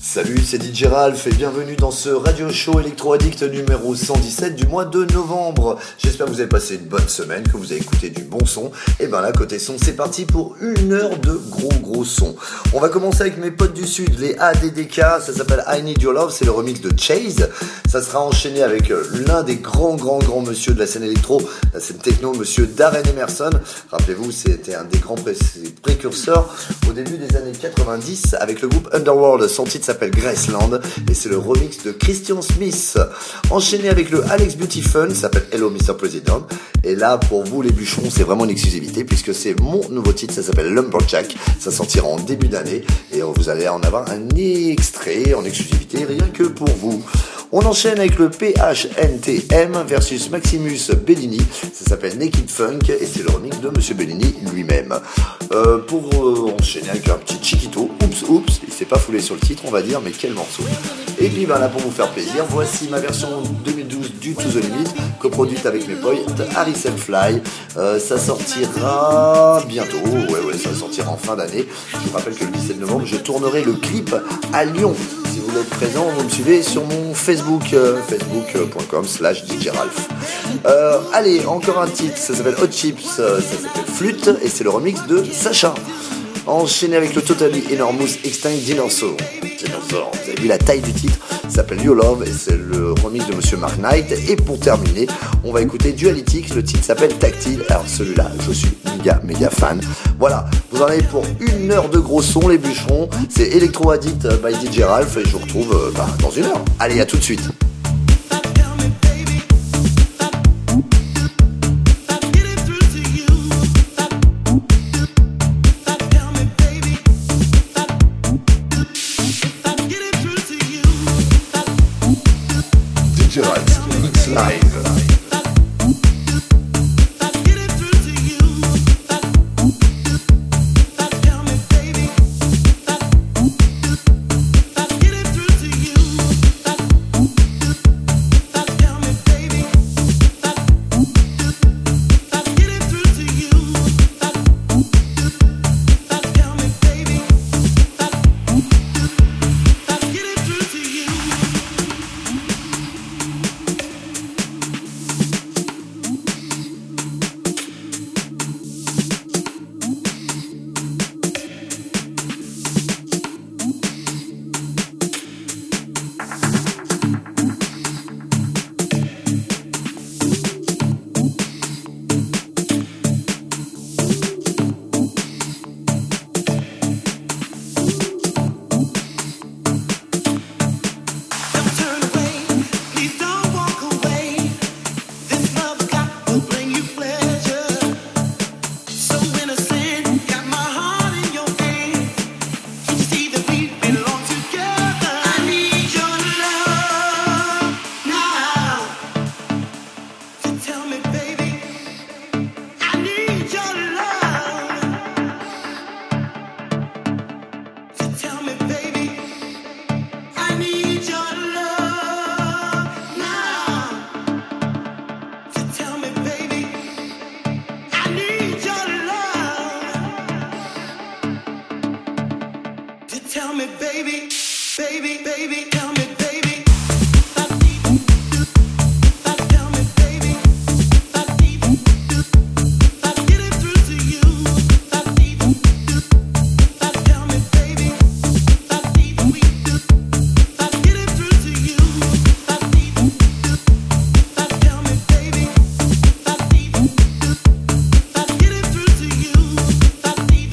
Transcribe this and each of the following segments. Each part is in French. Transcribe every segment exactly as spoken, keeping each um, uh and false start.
Salut, c'est D J Ralph et bienvenue dans ce radio show Electro Addict numéro cent dix-sept du mois de novembre. J'espère que vous avez passé une bonne semaine, que vous avez écouté du bon son. Et ben là, côté son, c'est parti pour une heure de gros gros son. On va commencer avec mes potes du sud, les A D D K, ça s'appelle I Need Your Love, c'est le remix de Chase. Ça sera enchaîné avec l'un des grands grands grands monsieur de la scène électro, la scène techno, monsieur Darren Emerson. Rappelez-vous, c'était un des grands pré- précurseurs au début des années quatre-vingt-dix avec le groupe Underworld. Son titre s'appelle Graceland et c'est le remix de Christian Smith. Enchaîné avec le Alex Beauty Fun, ça s'appelle Hello mister President. Et là, pour vous les bûcherons, c'est vraiment une exclusivité puisque c'est mon nouveau titre, ça s'appelle Lumberjack. Ça sortira en début d'année et vous allez en avoir un extrait en exclusivité rien que pour vous. On enchaîne avec le P H N T M versus Maximus Bellini. Ça s'appelle Naked Funk et c'est le remix de Monsieur Bellini lui-même. Euh, pour euh, enchaîner avec un petit Chiquito, oups oups, il s'est pas foulé sur le titre on va dire, mais quel morceau. Et puis ben là pour vous faire plaisir, voici ma version deux mille douze du To The Limit, coproduite avec mes potes Harrison Fly. Euh, ça sortira bientôt, ouais ouais, ça sortira en fin d'année. Je vous rappelle que le dix-sept novembre, je tournerai le clip à Lyon. Si vous êtes présent, vous me suivez sur mon Facebook, euh, facebook point com slash D J Ralph. Euh, allez, encore un titre, ça s'appelle Hot Chips, euh, ça s'appelle Flûte et c'est le remix de Sacha. Enchaîné avec le Totally Enormous Extinct Dinosaur. Dinosaur, vous avez vu la taille du titre, ça s'appelle You Love et c'est le remix de Monsieur Mark Knight. Et pour terminer, on va écouter Dualitic, le titre s'appelle Tactile. Alors celui-là, je suis méga méga fan. Voilà, vous en avez pour une heure de gros son les bûcherons. C'est Electro Addict by D J Ralph et je vous retrouve euh, bah, dans une heure. Allez, à tout de suite. Live.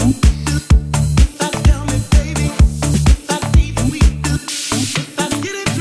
Get it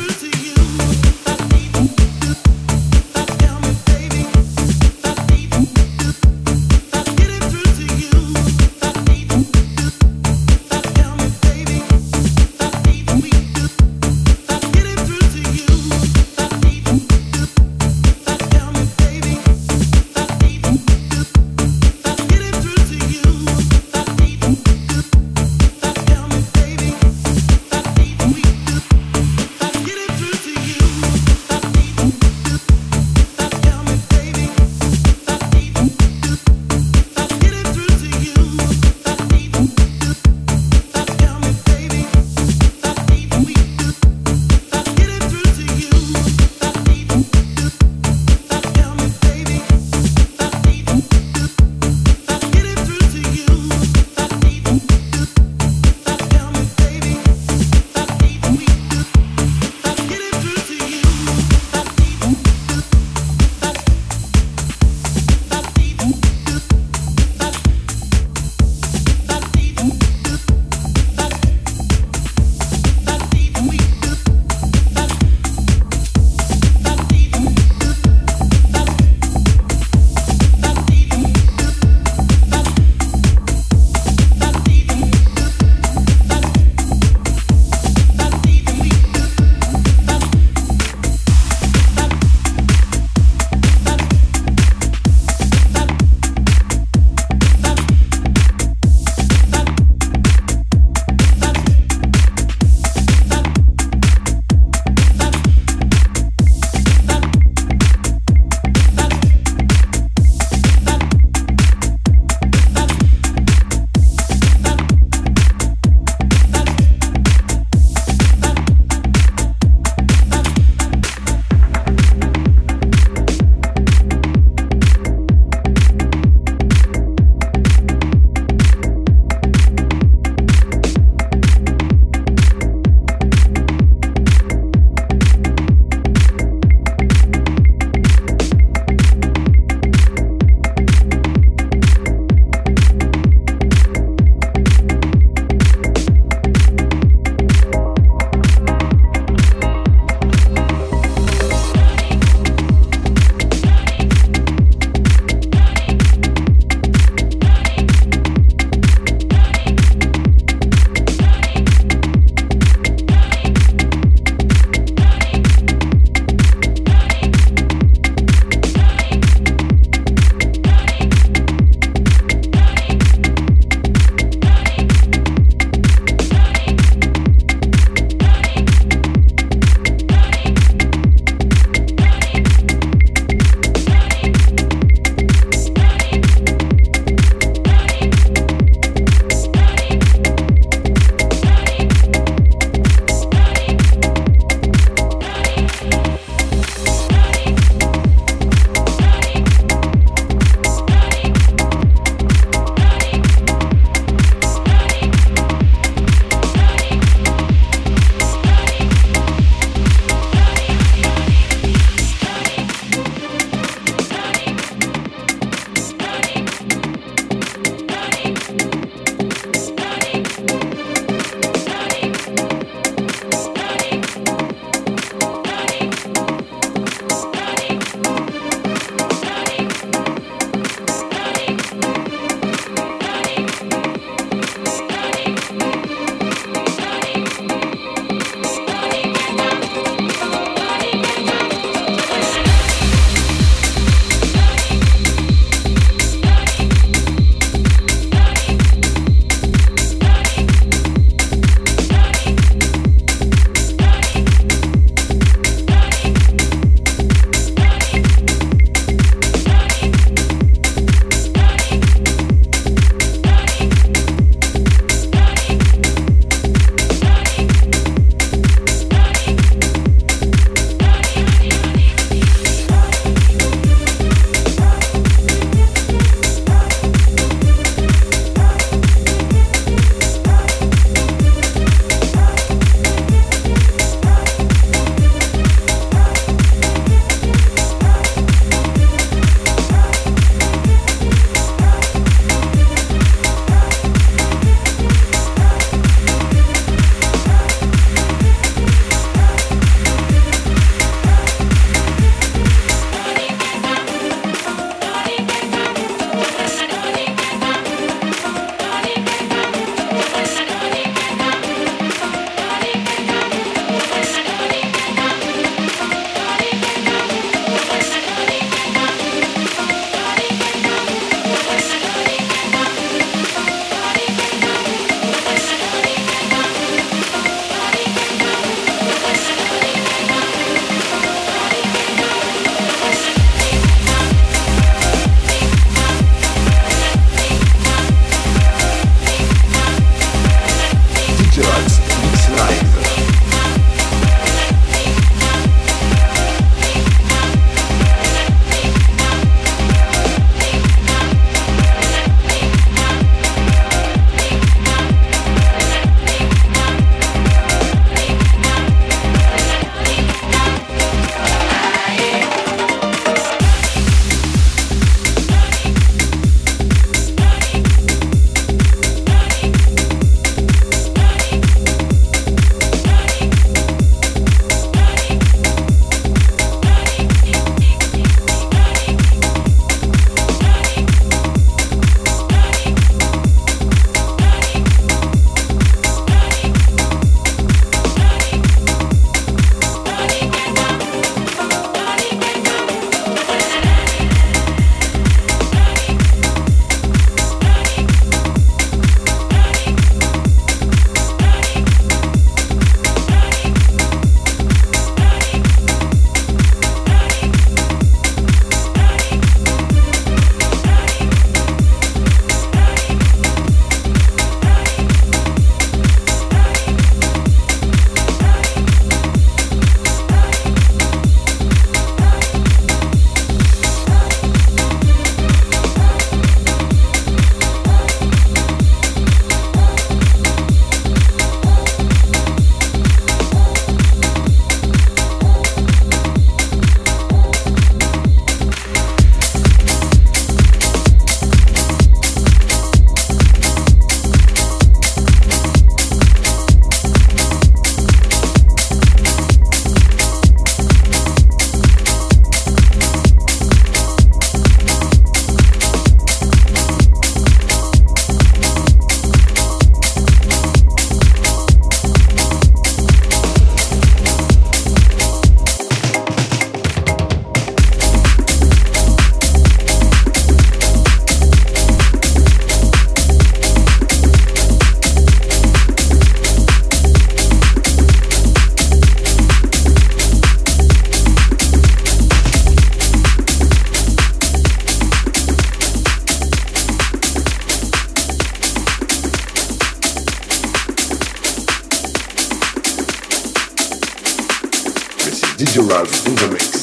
D J Ralph in the mix.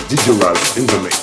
D J Ralph in the mix.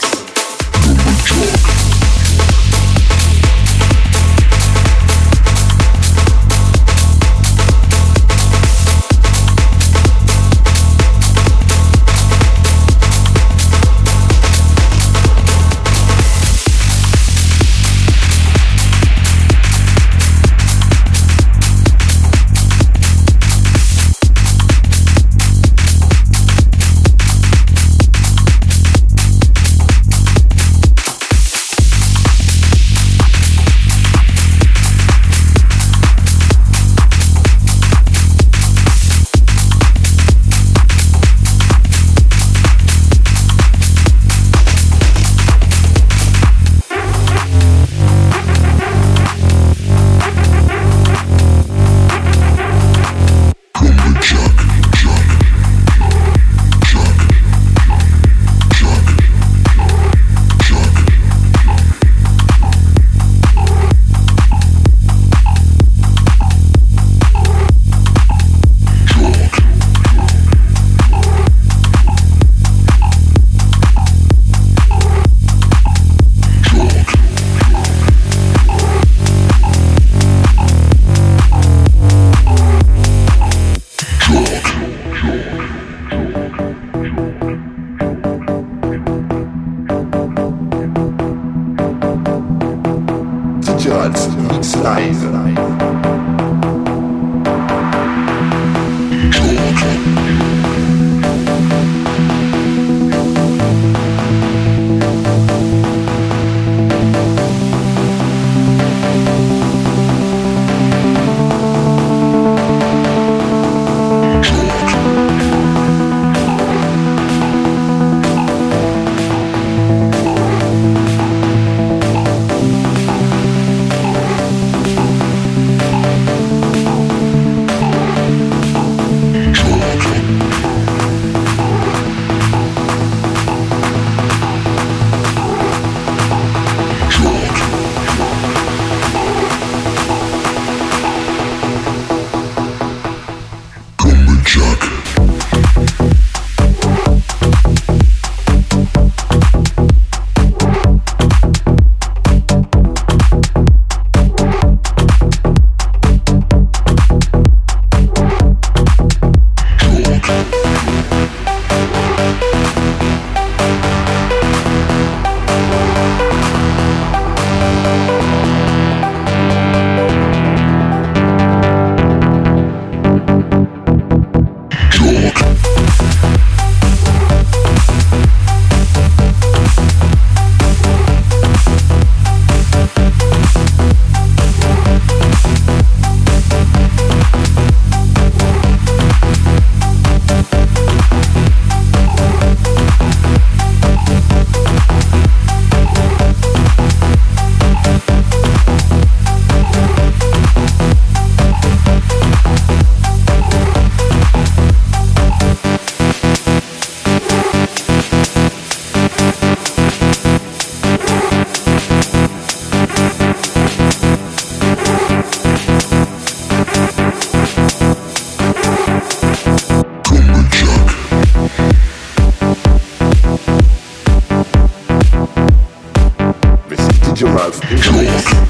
Mix Live. Ralph in the mix.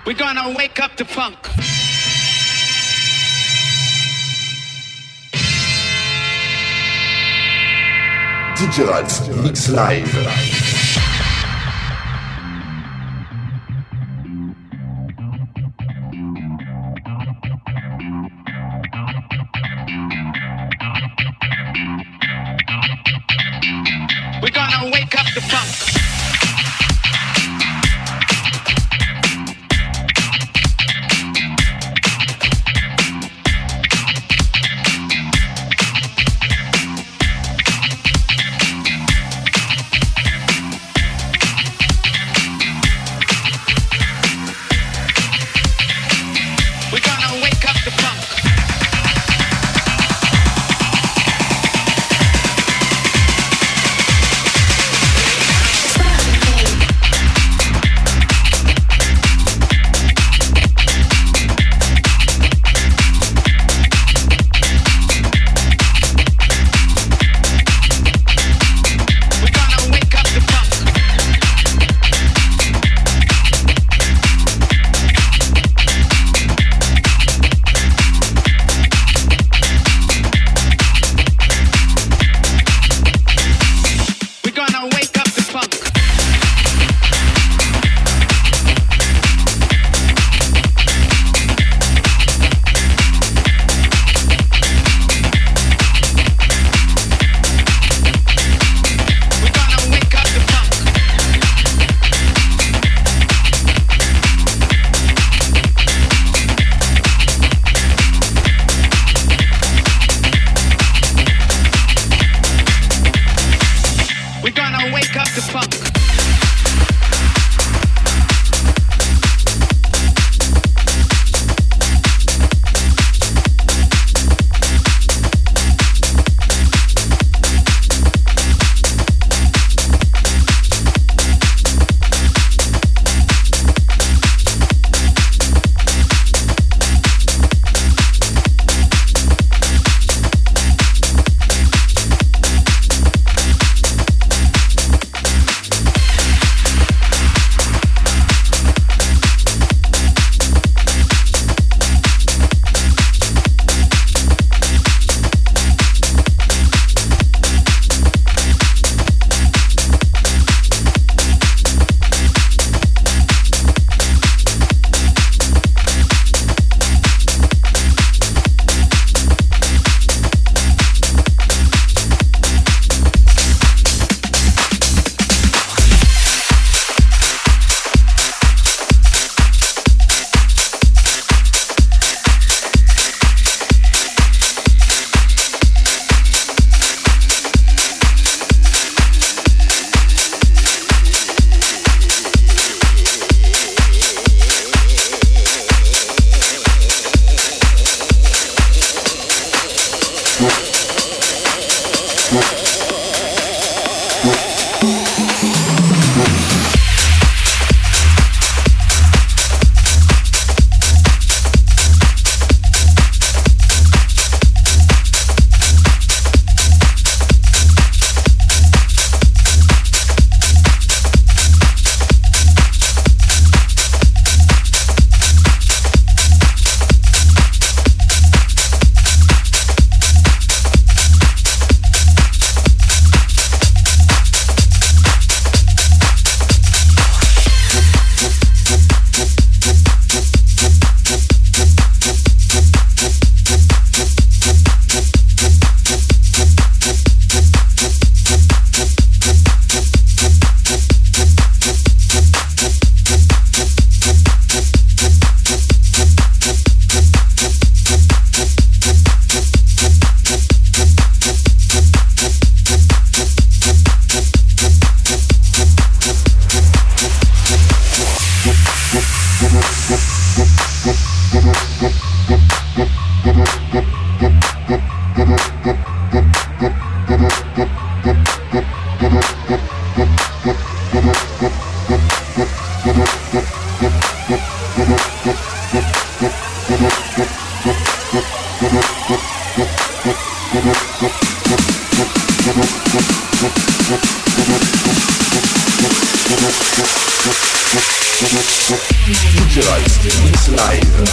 We're gonna wake up the funk. D J Ralph Mix Live. We're gonna wake up the funk. We'll be right back. D J Ralph Mix Live.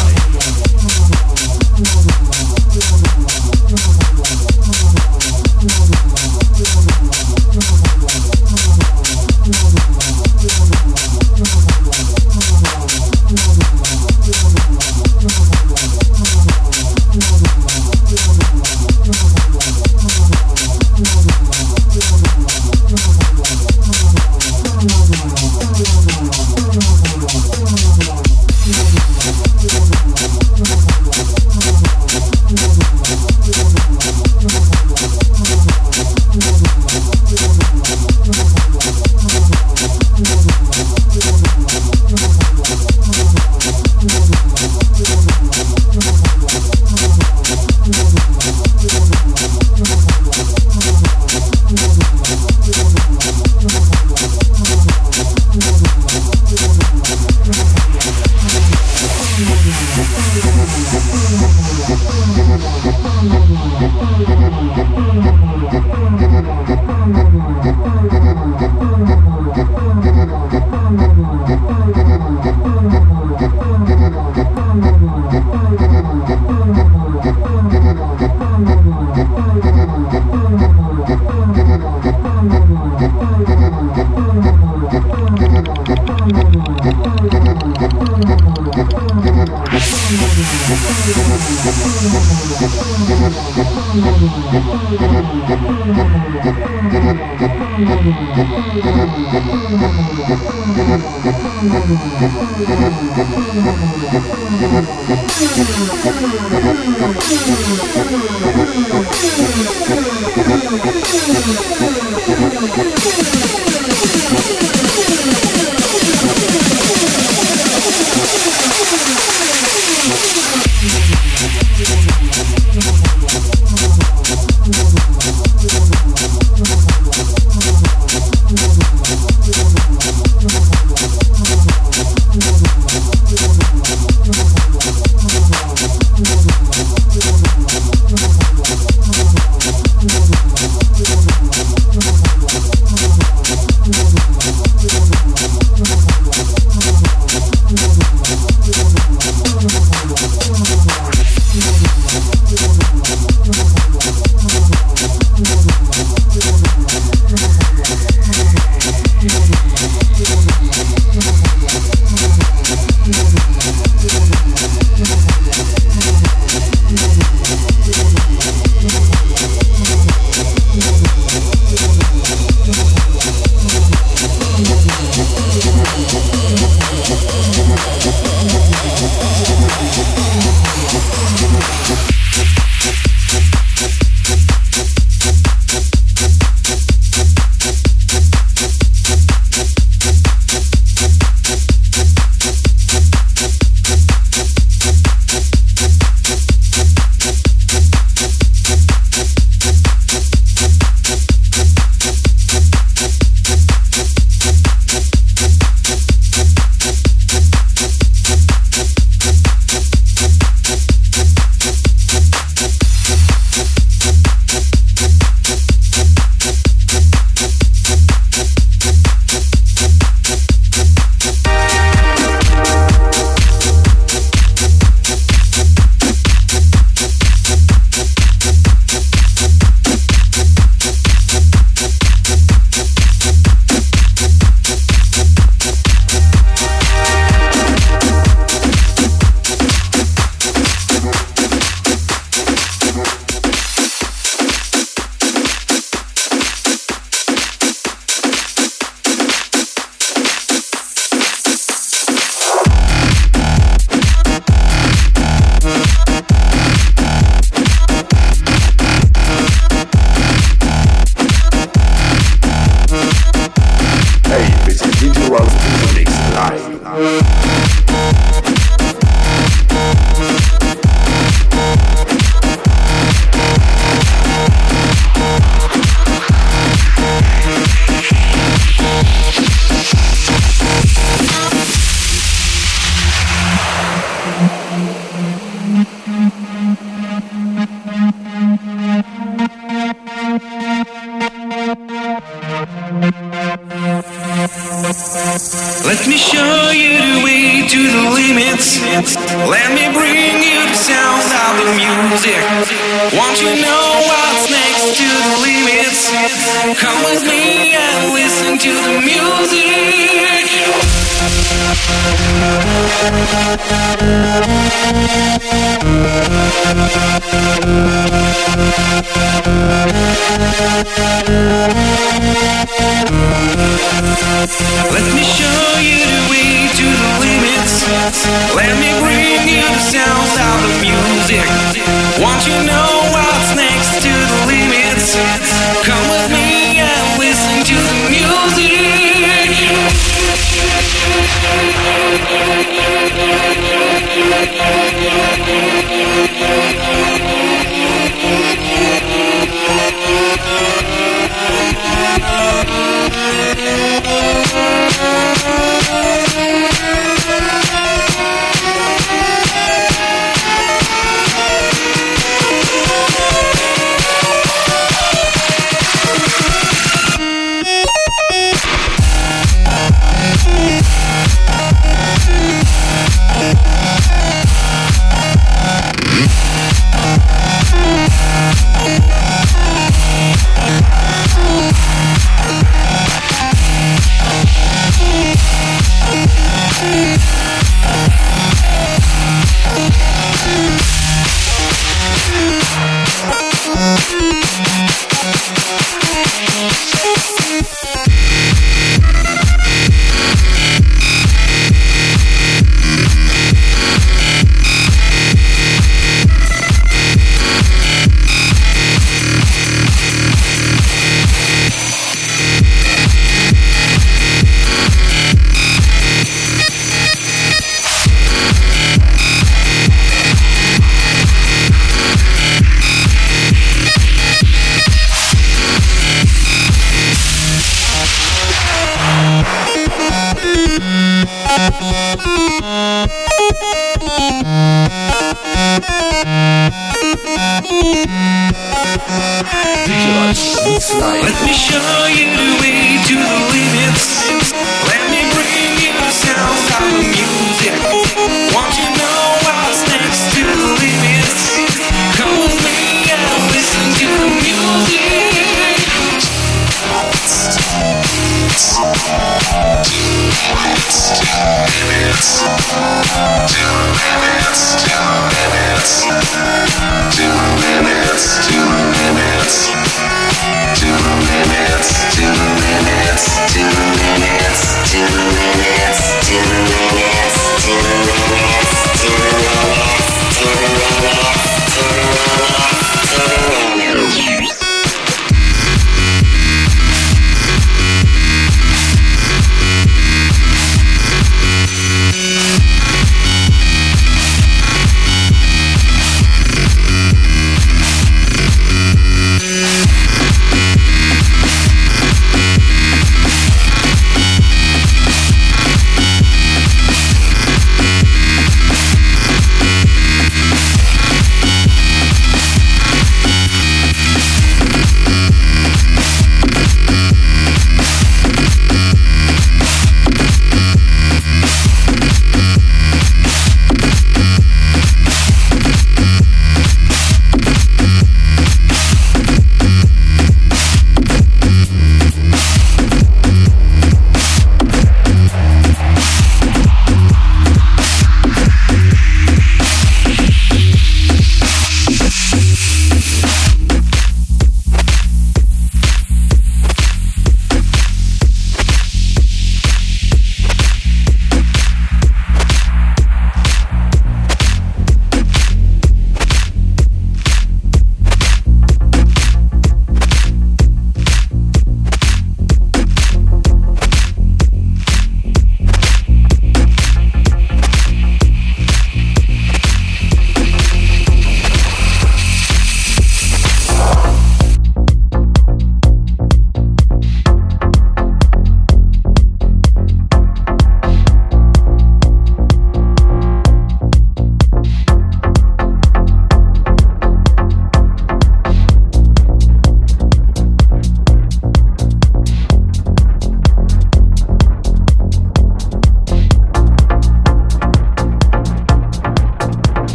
We'll be right back. Let me show you the way to the limits. Let me bring you the sound of the music. Want you know what's next to the limits? Come with me and listen to the music. Let me show you the way to the limits. Let me bring you the sounds of the music. Want you know what's next to the limits? Come with me and listen to the music. Let me show you the way to the limits. Let me bring you the sound of the music. Want you know what's next to the limits? Come with me and listen to the music.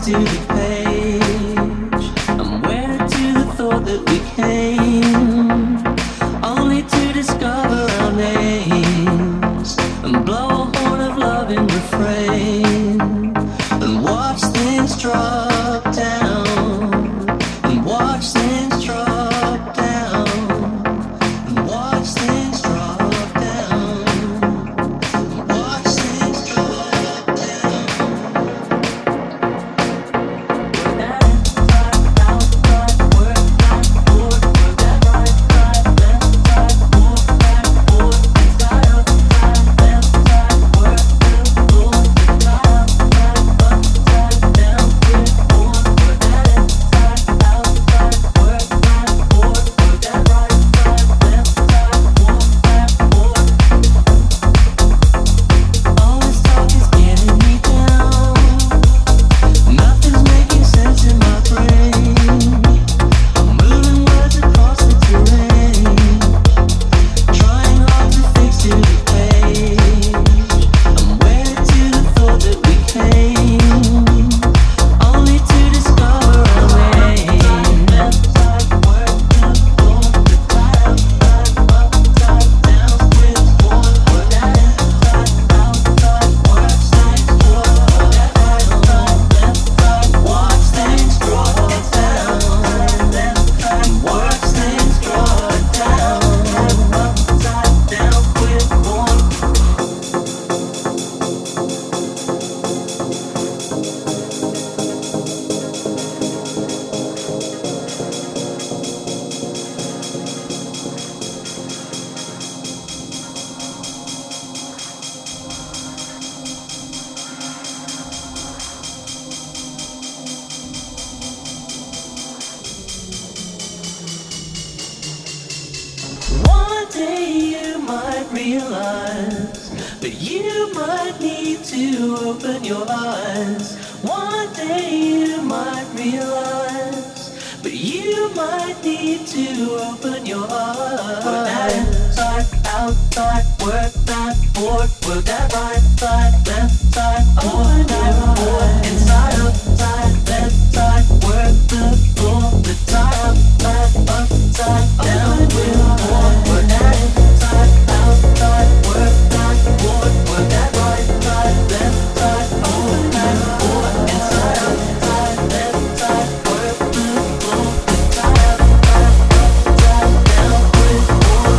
to the page. I'm wedded to the thought that we came, only to discover our names and blow a horn of love in refrain and watch things drop down and watch things drop down and watch things drop down and watch things drop down. Work that inside, outside, work that forward, work that right side, left side, forward, back, forward, inside, outside, left side, work the floor, inside, outside, upside, down, switch, forward, work that inside, outside, work that forward, work that right side, left side, forward, back, forward. All this talk is getting me down. Nothing's making sense in my brain. I'm moving words across the terrain, trying hard to fix to the page. I'm wedded to the thought that we came, only to discover our name. Left side, work the floor, the side, outside, upside, down, switch, forward, work that inside, outside, work things forward, work that right side, left side, watch things drop down, left side, watch things drop down, upside down, switch, forward. One day you might realize, but you might need to open your eyes. One day you might realize, but you might need to open your eyes. Work that inside, outside, work that forward, work that right side, left side, forward, that forward, inside, outside, left side, work the floor, the side, outside, upside, down, with forward, work that inside, outside, work that forward, work that right side, left side, forward, that forward, inside, outside, left side, work the floor, the side, outside, upside, down, with forward.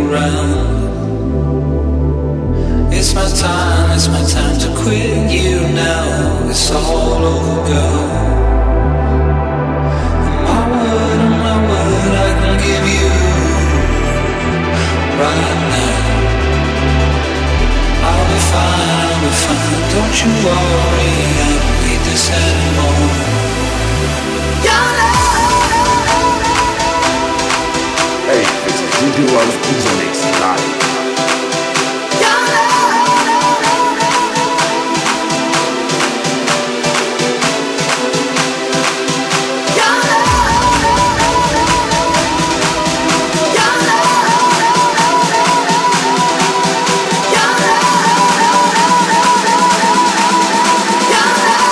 around. It's my time, it's my time to quit you now. It's all over, girl. My word, my word, I can give you right now. I'll be fine, I'll be fine. Don't you worry, I don't need this anymore. Hey, it's D J Ralph Mix live. Yeah.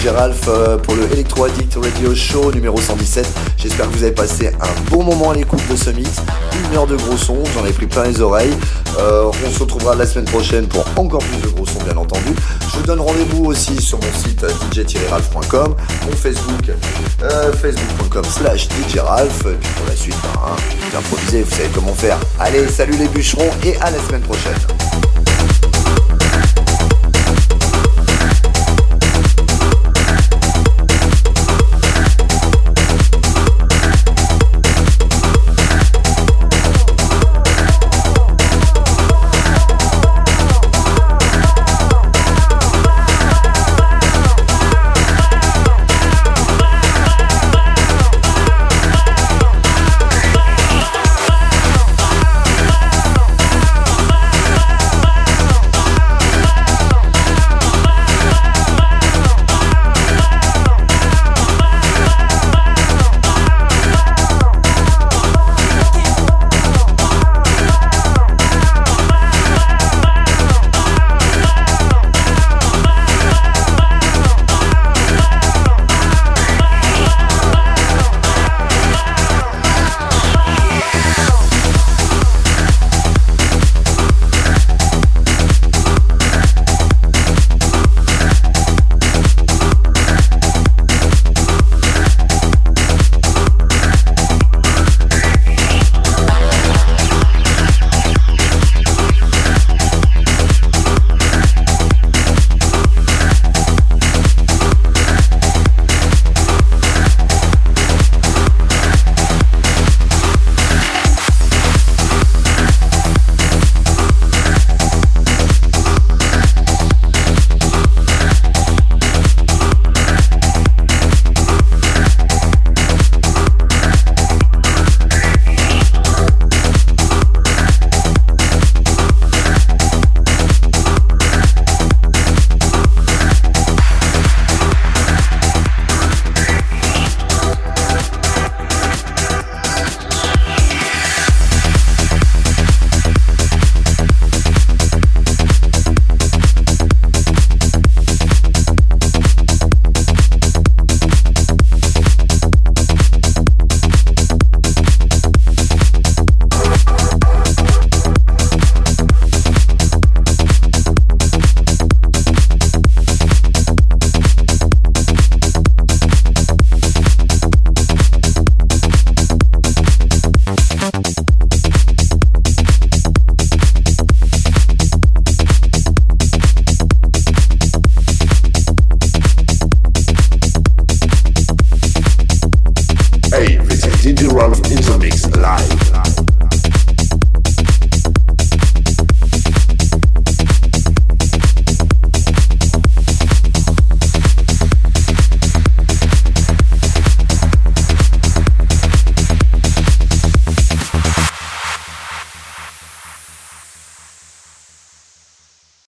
D J Ralph euh, pour le Electro Addict Radio Show numéro cent dix-sept. J'espère que vous avez passé un bon moment à l'écoute de ce mix. Une heure de gros son, j'en ai pris plein les oreilles. Euh, on se retrouvera la semaine prochaine pour encore plus de gros sons, bien entendu. Je vous donne rendez-vous aussi sur mon site d j tiret ralph point com, mon Facebook, euh, facebook point com slash d j ralph. Et puis pour la suite, ben, hein, vous improvisez, vous savez comment faire. Allez, salut les bûcherons et à la semaine prochaine.